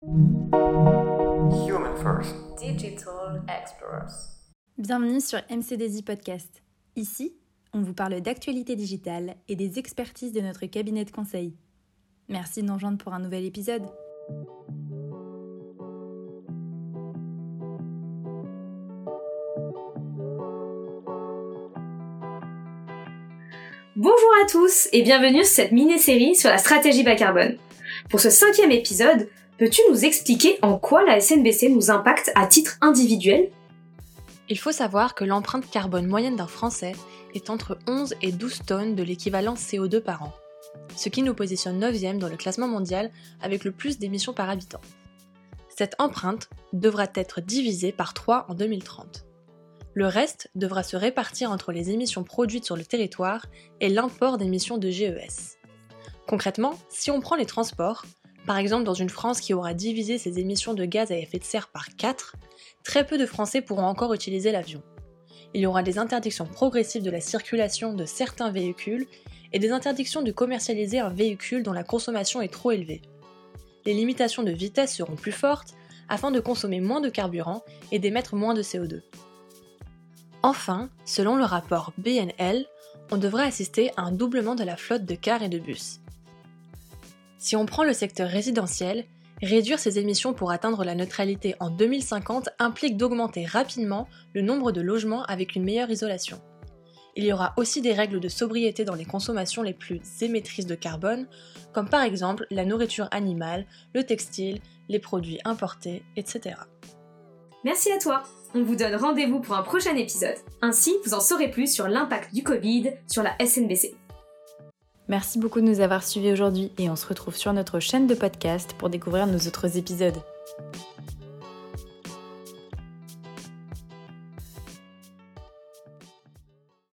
Human First. Digital Explorers. Bienvenue sur MCDZ Podcast. Ici, on vous parle d'actualité digitale et des expertises de notre cabinet de conseil. Merci de nous rejoindre pour un nouvel épisode. Bonjour à tous et bienvenue sur cette mini-série sur la stratégie bas carbone. Pour ce 5e épisode, peux-tu nous expliquer en quoi la SNBC nous impacte à titre individuel ? Il faut savoir que l'empreinte carbone moyenne d'un Français est entre 11 et 12 tonnes de l'équivalent CO2 par an, ce qui nous positionne 9e dans le classement mondial avec le plus d'émissions par habitant. Cette empreinte devra être divisée par 3 en 2030. Le reste devra se répartir entre les émissions produites sur le territoire et l'import d'émissions de GES. Concrètement, si on prend les transports, par exemple dans une France qui aura divisé ses émissions de gaz à effet de serre par 4, très peu de Français pourront encore utiliser l'avion. Il y aura des interdictions progressives de la circulation de certains véhicules et des interdictions de commercialiser un véhicule dont la consommation est trop élevée. Les limitations de vitesse seront plus fortes afin de consommer moins de carburant et d'émettre moins de CO2. Enfin, selon le rapport BNL, on devrait assister à un doublement de la flotte de cars et de bus. Si on prend le secteur résidentiel, réduire ses émissions pour atteindre la neutralité en 2050 implique d'augmenter rapidement le nombre de logements avec une meilleure isolation. Il y aura aussi des règles de sobriété dans les consommations les plus émettrices de carbone, comme par exemple la nourriture animale, le textile, les produits importés, etc. Merci à toi. On vous donne rendez-vous pour un prochain épisode. Ainsi, vous en saurez plus sur l'impact du Covid sur la SNBC. Merci beaucoup de nous avoir suivis aujourd'hui et on se retrouve sur notre chaîne de podcast pour découvrir nos autres épisodes.